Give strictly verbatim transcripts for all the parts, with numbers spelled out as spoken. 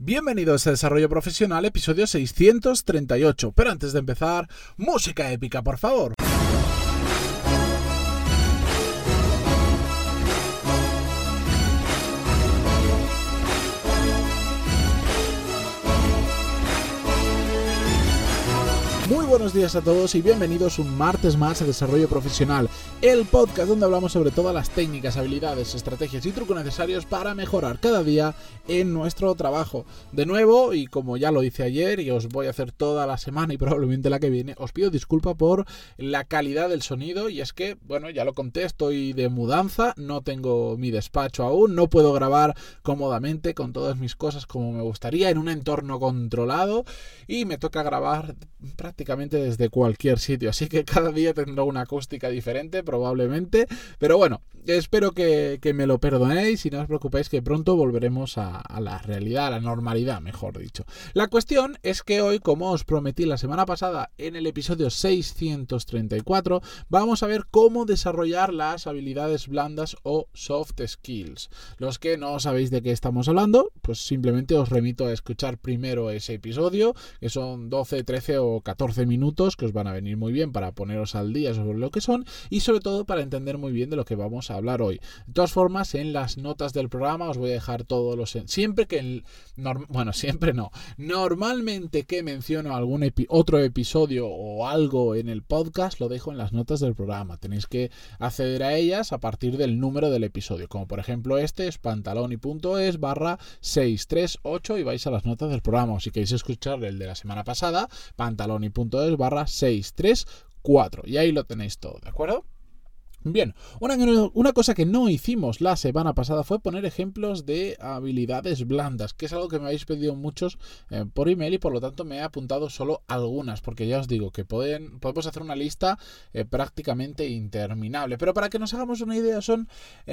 Bienvenidos a Desarrollo Profesional, episodio seiscientos treinta y ocho. Pero antes de empezar, música épica, por favor. Muy buenos días a todos y bienvenidos un martes más a Desarrollo Profesional, el podcast donde hablamos sobre todas las técnicas, habilidades, estrategias y trucos necesarios para mejorar cada día en nuestro trabajo. De nuevo, y como ya lo hice ayer y os voy a hacer toda la semana y probablemente la que viene, os pido disculpa por la calidad del sonido y es que, bueno, ya lo conté, estoy de mudanza, no tengo mi despacho aún, no puedo grabar cómodamente con todas mis cosas como me gustaría en un entorno controlado y me toca grabar prácticamente desde cualquier sitio, así que cada día tendrá una acústica diferente probablemente, pero bueno, espero que, que me lo perdonéis y no os preocupéis que pronto volveremos a, a la realidad, a la normalidad, mejor dicho. La cuestión es que hoy, como os prometí la semana pasada en el episodio seiscientos treinta y cuatro, vamos a ver cómo desarrollar las habilidades blandas o soft skills. Los que no sabéis de qué estamos hablando, pues simplemente os remito a escuchar primero ese episodio, que son doce, trece o catorce minutos que os van a venir muy bien para poneros al día sobre lo que son y sobre todo para entender muy bien de lo que vamos a hablar hoy. De todas formas, en las notas del programa os voy a dejar todos los... Siempre que... El, norm, bueno, siempre no. Normalmente que menciono algún epi, otro episodio o algo en el podcast, lo dejo en las notas del programa. Tenéis que acceder a ellas a partir del número del episodio. Como por ejemplo este es pantaloni.es barra seiscientos treinta y ocho y vais a las notas del programa. O si queréis escuchar el de la semana pasada, pantaloni.es barra seiscientos treinta y cuatro y ahí lo tenéis todo, ¿de acuerdo? Bien, una, una cosa que no hicimos la semana pasada fue poner ejemplos de habilidades blandas, que es algo que me habéis pedido muchos eh, por email y por lo tanto me he apuntado solo algunas, porque ya os digo que pueden, podemos hacer una lista eh, prácticamente interminable, pero para que nos hagamos una idea son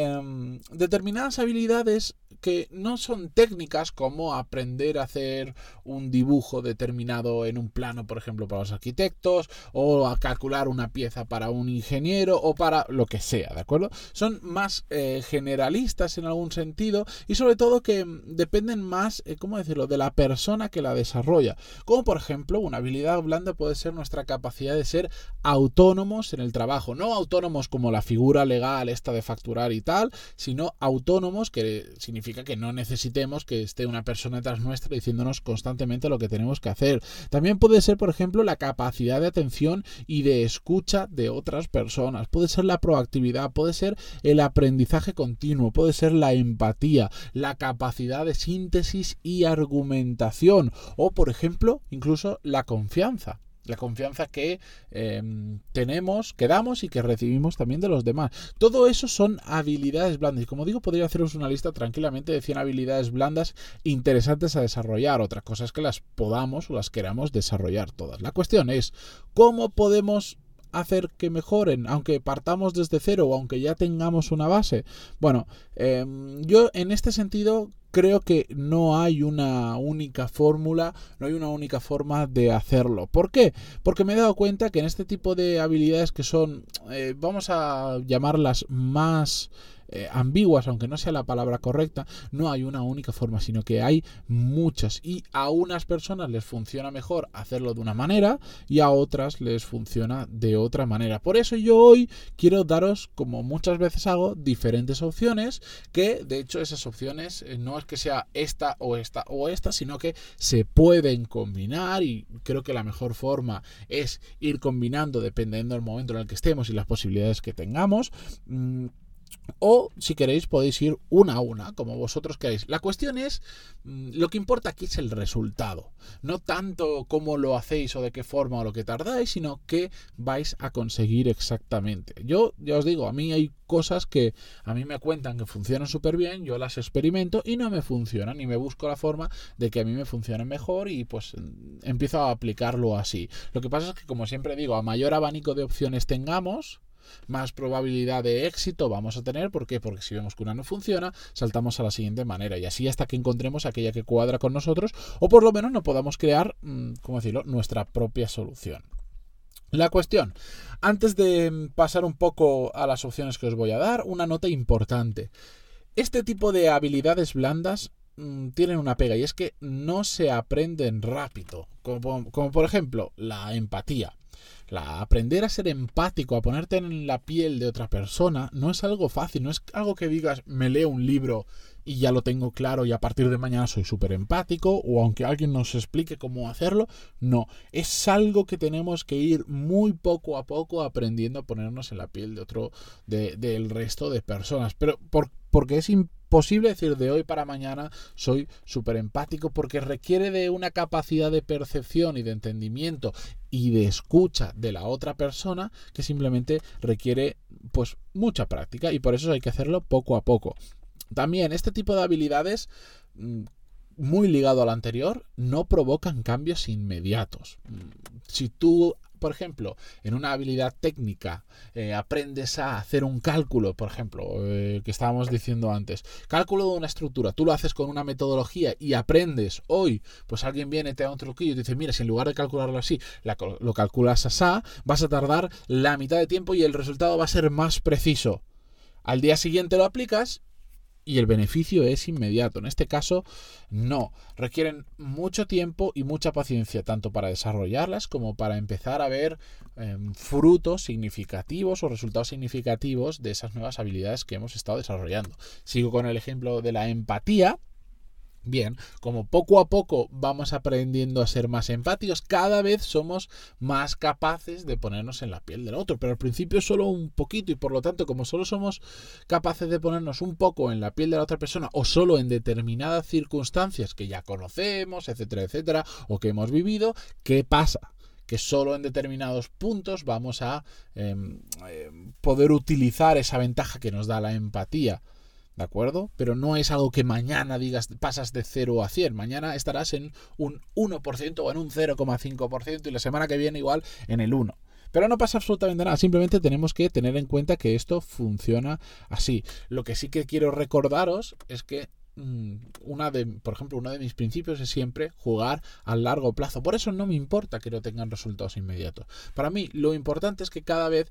eh, determinadas habilidades que no son técnicas como aprender a hacer un dibujo determinado en un plano, por ejemplo, para los arquitectos, o a calcular una pieza para un ingeniero o para lo que sea, ¿de acuerdo? Son más eh, generalistas en algún sentido y sobre todo que dependen más, eh, ¿cómo decirlo?, de la persona que la desarrolla. Como por ejemplo, una habilidad blanda puede ser nuestra capacidad de ser autónomos en el trabajo. No autónomos como la figura legal esta de facturar y tal, sino autónomos, que significa que no necesitemos que esté una persona detrás nuestra diciéndonos constantemente lo que tenemos que hacer. También puede ser, por ejemplo, la capacidad de atención y de escucha de otras personas. Puede ser la proactividad, puede ser el aprendizaje continuo, puede ser la empatía, la capacidad de síntesis y argumentación o, por ejemplo, incluso la confianza. La confianza que eh, tenemos, que damos y que recibimos también de los demás. Todo eso son habilidades blandas. Y como digo, podría haceros una lista tranquilamente de cien habilidades blandas interesantes a desarrollar. Otra cosa es que las podamos o las queramos desarrollar todas. La cuestión es, ¿cómo podemos hacer que mejoren, aunque partamos desde cero o aunque ya tengamos una base? Bueno, eh, yo en este sentido creo que no hay una única fórmula, no hay una única forma de hacerlo. ¿Por qué? Porque me he dado cuenta que en este tipo de habilidades que son, eh, vamos a llamarlas más Eh, ambiguas, aunque no sea la palabra correcta, no hay una única forma, sino que hay muchas y a unas personas les funciona mejor hacerlo de una manera y a otras les funciona de otra manera. Por eso yo hoy quiero daros, como muchas veces hago, diferentes opciones, que de hecho esas opciones eh, no es que sea esta o esta o esta, sino que se pueden combinar y creo que la mejor forma es ir combinando dependiendo del momento en el que estemos y las posibilidades que tengamos. Mmm, O, si queréis, podéis ir una a una, como vosotros queráis. La cuestión es, lo que importa aquí es el resultado. No tanto cómo lo hacéis o de qué forma o lo que tardáis, sino qué vais a conseguir exactamente. Yo, ya os digo, a mí hay cosas que a mí me cuentan que funcionan súper bien, yo las experimento y no me funcionan. Y me busco la forma de que a mí me funcionen mejor y pues empiezo a aplicarlo así. Lo que pasa es que, como siempre digo, a mayor abanico de opciones tengamos, más probabilidad de éxito vamos a tener. ¿Por qué? Porque si vemos que una no funciona, saltamos a la siguiente manera y así hasta que encontremos aquella que cuadra con nosotros o por lo menos no podamos crear, ¿cómo decirlo?, nuestra propia solución. La cuestión, antes de pasar un poco a las opciones que os voy a dar, una nota importante. Este tipo de habilidades blandas mmm, tienen una pega, y es que no se aprenden rápido. Como, como por ejemplo, la empatía. La, aprender a ser empático, a ponerte en la piel de otra persona, no es algo fácil, no es algo que digas, me leo un libro y ya lo tengo claro y a partir de mañana soy súper empático, o aunque alguien nos explique cómo hacerlo. No, es algo que tenemos que ir muy poco a poco aprendiendo a ponernos en la piel de otro, de, del resto de personas. Pero por, porque es imposible decir de hoy para mañana soy súper empático, porque requiere de una capacidad de percepción y de entendimiento y de escucha de la otra persona que simplemente requiere pues mucha práctica, y por eso hay que hacerlo poco a poco. También este tipo de habilidades, muy ligado al anterior, no provocan cambios inmediatos. Si tú, por ejemplo, en una habilidad técnica eh, aprendes a hacer un cálculo, por ejemplo, eh, que estábamos diciendo antes, cálculo de una estructura, tú lo haces con una metodología y aprendes hoy, pues alguien viene, te da un truquillo y te dice, mira, si en lugar de calcularlo así, la, lo calculas así, vas a tardar la mitad de tiempo y el resultado va a ser más preciso. Al día siguiente lo aplicas y el beneficio es inmediato. En este caso, no. Requieren mucho tiempo y mucha paciencia, tanto para desarrollarlas como para empezar a ver eh, frutos significativos o resultados significativos de esas nuevas habilidades que hemos estado desarrollando. Sigo con el ejemplo de la empatía. Bien, como poco a poco vamos aprendiendo a ser más empáticos, cada vez somos más capaces de ponernos en la piel del otro, pero al principio solo un poquito, y por lo tanto, como solo somos capaces de ponernos un poco en la piel de la otra persona o solo en determinadas circunstancias que ya conocemos, etcétera, etcétera, o que hemos vivido, ¿qué pasa? Que solo en determinados puntos vamos a eh, eh, poder utilizar esa ventaja que nos da la empatía. ¿De acuerdo? Pero no es algo que mañana digas, pasas de cero a cien. Mañana estarás en un uno por ciento o en un cero coma cinco por ciento y la semana que viene igual en el uno por ciento. Pero no pasa absolutamente nada. Simplemente tenemos que tener en cuenta que esto funciona así. Lo que sí que quiero recordaros es que una de, por ejemplo, uno de mis principios es siempre jugar a largo plazo. Por eso no me importa que no tengan resultados inmediatos. Para mí lo importante es que cada vez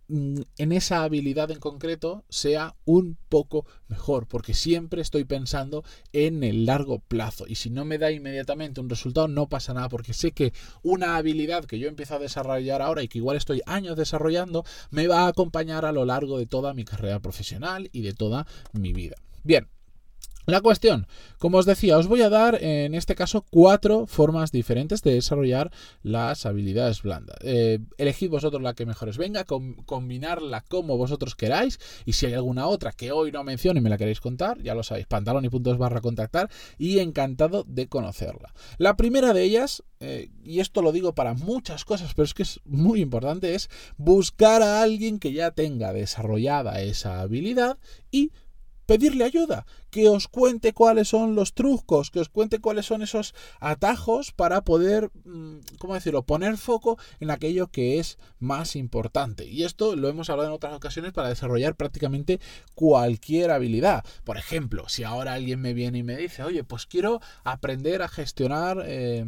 en esa habilidad en concreto sea un poco mejor, porque siempre estoy pensando en el largo plazo, y si no me da inmediatamente un resultado no pasa nada, porque sé que una habilidad que yo empiezo a desarrollar ahora y que igual estoy años desarrollando me va a acompañar a lo largo de toda mi carrera profesional y de toda mi vida. Bien. La cuestión, como os decía, os voy a dar en este caso cuatro formas diferentes de desarrollar las habilidades blandas. Eh, elegid vosotros la que mejor os venga, com combinarla como vosotros queráis, y si hay alguna otra que hoy no menciono y me la queréis contar, ya lo sabéis, pantaloni.es barra contactar, y encantado de conocerla. La primera de ellas, eh, y esto lo digo para muchas cosas, pero es que es muy importante, es buscar a alguien que ya tenga desarrollada esa habilidad y pedirle ayuda, que os cuente cuáles son los trucos, que os cuente cuáles son esos atajos para poder, ¿cómo decirlo?, poner foco en aquello que es más importante. Y esto lo hemos hablado en otras ocasiones para desarrollar prácticamente cualquier habilidad. Por ejemplo, si ahora alguien me viene y me dice, oye, pues quiero aprender a gestionar, eh,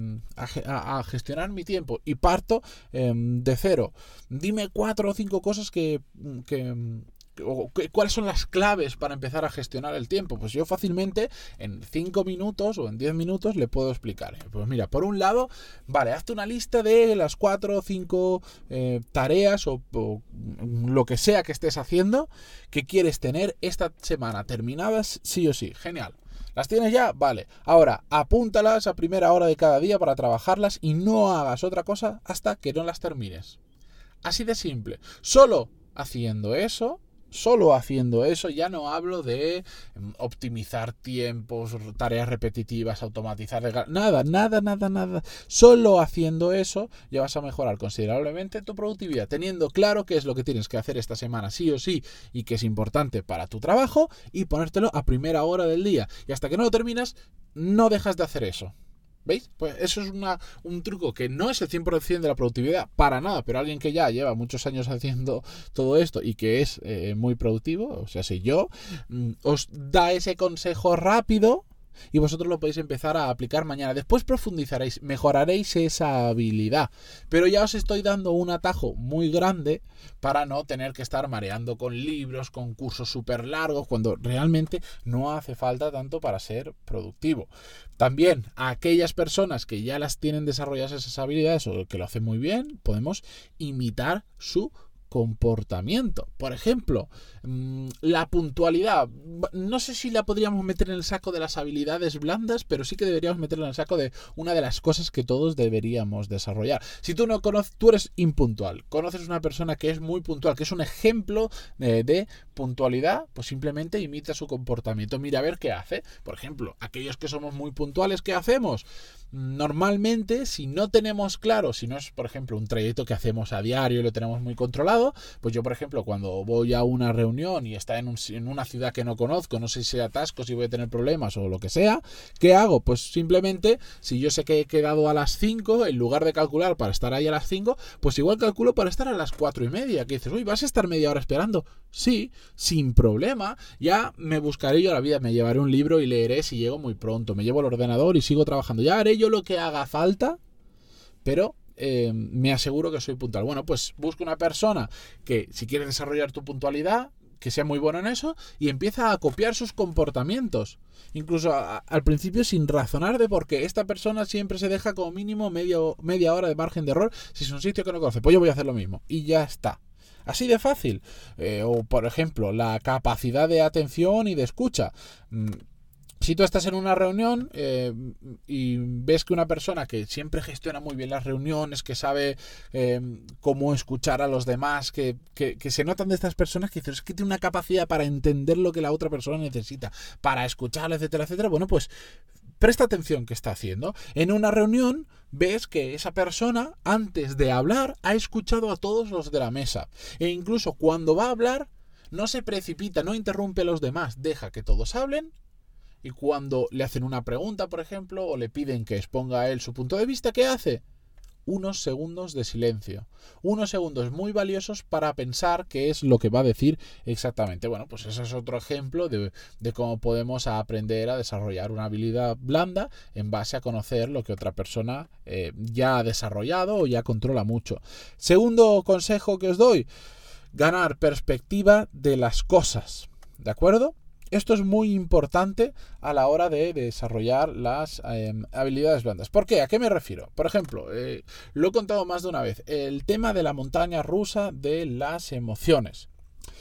a, a gestionar mi tiempo y parto eh, de cero. Dime cuatro o cinco cosas que... que ¿cuáles son las claves para empezar a gestionar el tiempo? Pues yo fácilmente en cinco minutos o en diez minutos le puedo explicar. Pues mira, por un lado, vale, hazte una lista de las cuatro o cinco eh, tareas o, o lo que sea que estés haciendo que quieres tener esta semana terminadas sí o sí. Genial. ¿Las tienes ya? Vale. Ahora, apúntalas a primera hora de cada día para trabajarlas y no hagas otra cosa hasta que no las termines. Así de simple. Solo haciendo eso... Solo haciendo eso, ya no hablo de optimizar tiempos, tareas repetitivas, automatizar, nada, nada, nada, nada. Solo haciendo eso ya vas a mejorar considerablemente tu productividad, teniendo claro qué es lo que tienes que hacer esta semana sí o sí y que es importante para tu trabajo y ponértelo a primera hora del día. Y hasta que no lo terminas, no dejas de hacer eso. ¿Veis? Pues eso es una, un truco que no es el cien por ciento de la productividad, para nada, pero alguien que ya lleva muchos años haciendo todo esto y que es eh, muy productivo, o sea, si yo, os da ese consejo rápido y vosotros lo podéis empezar a aplicar mañana. Después profundizaréis, mejoraréis esa habilidad, pero ya os estoy dando un atajo muy grande para no tener que estar mareando con libros, con cursos súper largos, cuando realmente no hace falta tanto para ser productivo. También a aquellas personas que ya las tienen desarrolladas esas habilidades o que lo hacen muy bien, podemos imitar su comportamiento. Por ejemplo, la puntualidad. No sé si la podríamos meter en el saco de las habilidades blandas, pero sí que deberíamos meterla en el saco de una de las cosas que todos deberíamos desarrollar. Si tú no conoces, tú eres impuntual, conoces una persona que es muy puntual, que es un ejemplo de, de puntualidad, pues simplemente imita su comportamiento. Mira a ver qué hace. Por ejemplo, aquellos que somos muy puntuales, ¿qué hacemos? Normalmente, si no tenemos claro, si no es, por ejemplo, un trayecto que hacemos a diario y lo tenemos muy controlado, pues yo, por ejemplo, cuando voy a una reunión y está en, un, en una ciudad que no conozco, no sé si hay atascos, si voy a tener problemas o lo que sea, ¿qué hago? Pues simplemente, si yo sé que he quedado a las cinco, en lugar de calcular para estar ahí a las cinco, pues igual calculo para estar a las cuatro y media, que dices, uy, ¿vas a estar media hora esperando? Sí, sin problema, ya me buscaré yo la vida, me llevaré un libro y leeré si llego muy pronto, me llevo el ordenador y sigo trabajando, ya haré yo lo que haga falta, pero eh, me aseguro que soy puntual. Bueno, pues busca una persona que, si quieres desarrollar tu puntualidad, que sea muy bueno en eso y empieza a copiar sus comportamientos, incluso a, a, al principio sin razonar de por qué esta persona siempre se deja como mínimo medio, media hora de margen de error si es un sitio que no conoce, pues yo voy a hacer lo mismo y ya está. Así de fácil. Eh, o por ejemplo, la capacidad de atención y de escucha. Mm, Si tú estás en una reunión eh, y ves que una persona que siempre gestiona muy bien las reuniones, que sabe eh, cómo escuchar a los demás, que, que, que se notan de estas personas que, es que tiene una capacidad para entender lo que la otra persona necesita, para escucharla, etcétera, etcétera, bueno, pues presta atención qué está haciendo. En una reunión ves que esa persona, antes de hablar, ha escuchado a todos los de la mesa. E incluso cuando va a hablar, no se precipita, no interrumpe a los demás, deja que todos hablen. Y cuando le hacen una pregunta, por ejemplo, o le piden que exponga a él su punto de vista, ¿qué hace? Unos segundos de silencio. Unos segundos muy valiosos para pensar qué es lo que va a decir exactamente. Bueno, pues ese es otro ejemplo de, de cómo podemos aprender a desarrollar una habilidad blanda en base a conocer lo que otra persona eh, ya ha desarrollado o ya controla mucho. Segundo consejo que os doy, ganar perspectiva de las cosas. ¿De acuerdo? Esto es muy importante a la hora de desarrollar las eh, habilidades blandas. ¿Por qué? ¿A qué me refiero? Por ejemplo, eh, lo he contado más de una vez, el tema de la montaña rusa de las emociones.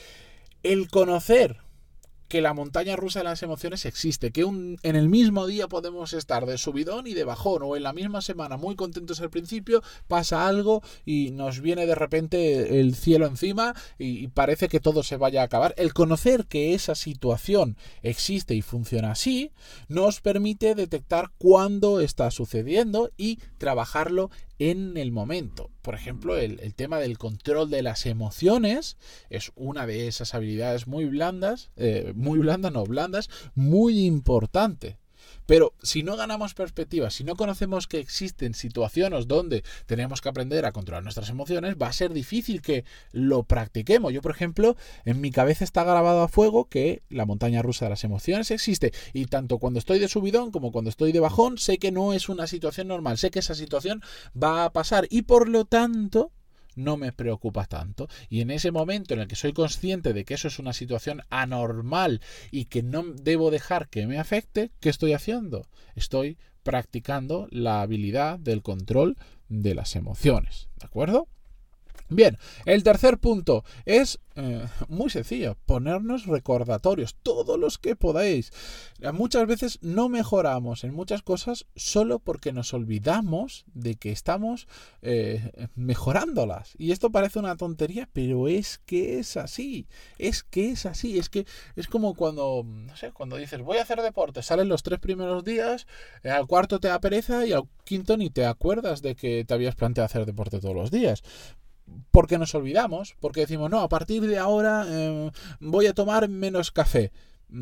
El conocer que la montaña rusa de las emociones existe, que un, en el mismo día podemos estar de subidón y de bajón, o en la misma semana muy contentos al principio, pasa algo y nos viene de repente el cielo encima y, y parece que todo se vaya a acabar. El conocer que esa situación existe y funciona así, nos permite detectar cuándo está sucediendo y trabajarlo en el momento. Por ejemplo, el, el tema del control de las emociones es una de esas habilidades muy blandas, eh, muy blandas, no blandas, muy importante. Pero si no ganamos perspectiva, si no conocemos que existen situaciones donde tenemos que aprender a controlar nuestras emociones, va a ser difícil que lo practiquemos. Yo, por ejemplo, en mi cabeza está grabado a fuego que la montaña rusa de las emociones existe. Y tanto cuando estoy de subidón como cuando estoy de bajón, sé que no es una situación normal. Sé que esa situación va a pasar y por lo tanto no me preocupa tanto. Y en ese momento en el que soy consciente de que eso es una situación anormal y que no debo dejar que me afecte, ¿qué estoy haciendo? Estoy practicando la habilidad del control de las emociones. ¿De acuerdo? Bien, el tercer punto es eh, muy sencillo, ponernos recordatorios, todos los que podáis. Muchas veces no mejoramos en muchas cosas solo porque nos olvidamos de que estamos eh, mejorándolas. Y esto parece una tontería, pero es que es así, es que es así, es que es como cuando, no sé, cuando dices voy a hacer deporte, salen los tres primeros días, eh, al cuarto te da pereza y al quinto ni te acuerdas de que te habías planteado hacer deporte todos los días. Porque nos olvidamos, porque decimos, no, a partir de ahora eh, voy a tomar menos café.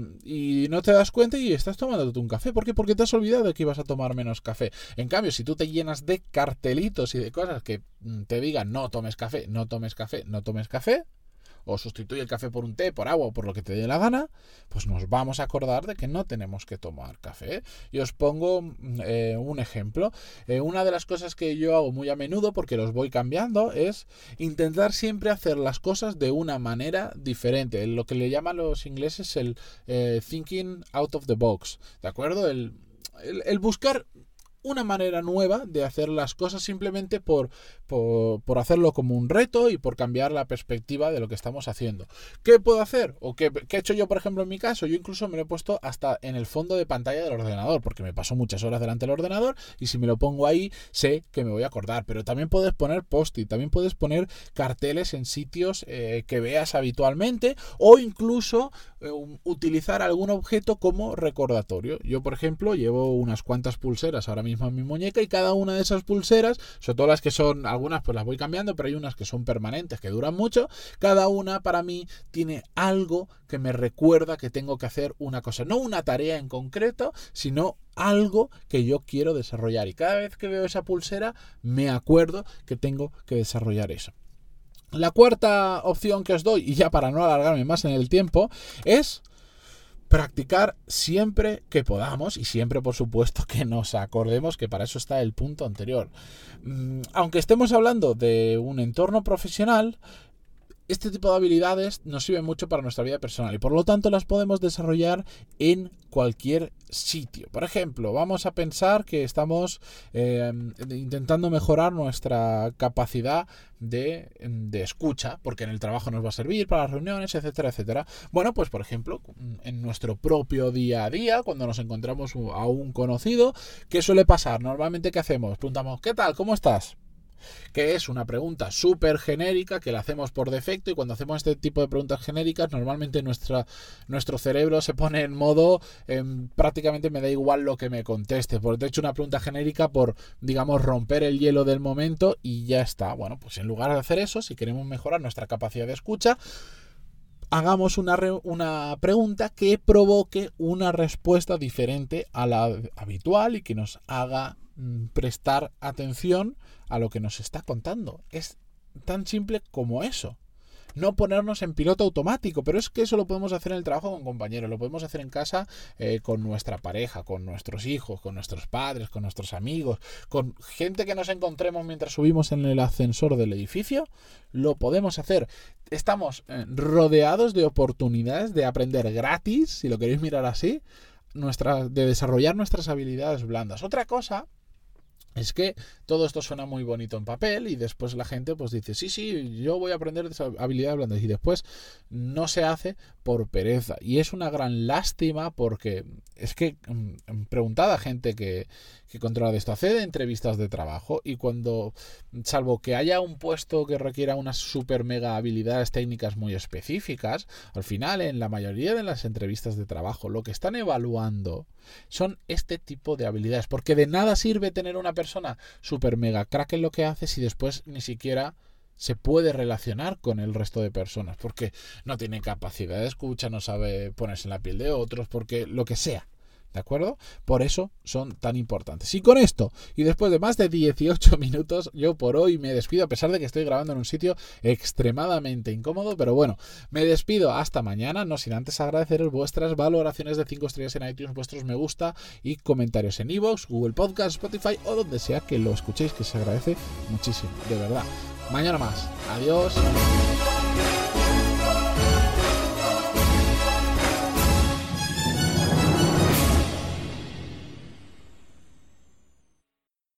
Y no te das cuenta y estás tomándote un café. ¿Por qué? Porque te has olvidado de que ibas a tomar menos café. En cambio, si tú te llenas de cartelitos y de cosas que te digan, no tomes café, no tomes café, no tomes café, o sustituye el café por un té, por agua o por lo que te dé la gana, pues nos vamos a acordar de que no tenemos que tomar café. Y os pongo eh, un ejemplo. Eh, una de las cosas que yo hago muy a menudo, porque los voy cambiando, es intentar siempre hacer las cosas de una manera diferente. Lo que le llaman los ingleses el eh, thinking out of the box, ¿de acuerdo? El, el, el buscar una manera nueva de hacer las cosas simplemente por, por, por hacerlo como un reto y por cambiar la perspectiva de lo que estamos haciendo. ¿Qué puedo hacer? ¿O qué, qué he hecho yo, por ejemplo, en mi caso? Yo incluso me lo he puesto hasta en el fondo de pantalla del ordenador, porque me paso muchas horas delante del ordenador y si me lo pongo ahí sé que me voy a acordar. Pero también puedes poner post-it, también puedes poner carteles en sitios eh, que veas habitualmente, o incluso eh, utilizar algún objeto como recordatorio. Yo, por ejemplo, llevo unas cuantas pulseras ahora mismo en mi muñeca y cada una de esas pulseras, sobre todo las que son, algunas pues las voy cambiando, pero hay unas que son permanentes, que duran mucho, cada una para mí tiene algo que me recuerda que tengo que hacer una cosa, no una tarea en concreto, sino algo que yo quiero desarrollar, y cada vez que veo esa pulsera me acuerdo que tengo que desarrollar eso. La cuarta opción que os doy, y ya para no alargarme más en el tiempo, es practicar siempre que podamos y siempre, por supuesto, que nos acordemos que para eso está el punto anterior. Aunque estemos hablando de un entorno profesional, este tipo de habilidades nos sirven mucho para nuestra vida personal y por lo tanto las podemos desarrollar en cualquier sitio. Por ejemplo, vamos a pensar que estamos eh, intentando mejorar nuestra capacidad de, de escucha, porque en el trabajo nos va a servir para las reuniones, etcétera, etcétera. Bueno, pues por ejemplo, en nuestro propio día a día, cuando nos encontramos a un conocido, ¿qué suele pasar? Normalmente, ¿qué hacemos? Preguntamos, ¿qué tal? ¿Cómo estás? Que es una pregunta súper genérica que la hacemos por defecto, y cuando hacemos este tipo de preguntas genéricas normalmente nuestra, nuestro cerebro se pone en modo eh, prácticamente me da igual lo que me conteste, porque te he hecho una pregunta genérica por, digamos, romper el hielo del momento y ya está. Bueno, pues en lugar de hacer eso, si queremos mejorar nuestra capacidad de escucha, hagamos una, re, una pregunta que provoque una respuesta diferente a la habitual y que nos haga mm, prestar atención a lo que nos está contando. Es tan simple como eso. No ponernos en piloto automático, pero es que eso lo podemos hacer en el trabajo con compañeros, lo podemos hacer en casa eh, con nuestra pareja, con nuestros hijos, con nuestros padres, con nuestros amigos, con gente que nos encontremos mientras subimos en el ascensor del edificio, lo podemos hacer. Estamos eh, rodeados de oportunidades de aprender gratis, si lo queréis mirar así, nuestra, de desarrollar nuestras habilidades blandas. Otra cosa es que todo esto suena muy bonito en papel y después la gente pues dice, sí, sí, yo voy a aprender esas habilidades blandas, y después no se hace por pereza. Y es una gran lástima porque es que mmm, preguntad a gente que, que controla de esto, hace entrevistas de trabajo y cuando, salvo que haya un puesto que requiera unas super mega habilidades técnicas muy específicas, al final en la mayoría de las entrevistas de trabajo lo que están evaluando son este tipo de habilidades, porque de nada sirve tener una persona super mega crack en lo que hace si después ni siquiera se puede relacionar con el resto de personas, porque no tiene capacidad de escucha, no sabe ponerse en la piel de otros, porque lo que sea. ¿De acuerdo? Por eso son tan importantes. Y con esto, y después de más de dieciocho minutos, yo por hoy me despido, a pesar de que estoy grabando en un sitio extremadamente incómodo, pero bueno, me despido hasta mañana, no sin antes agradeceros vuestras valoraciones de cinco estrellas en iTunes, vuestros me gusta y comentarios en iVoox, Google Podcast, Spotify o donde sea que lo escuchéis, que se agradece muchísimo, de verdad. Mañana más. Adiós.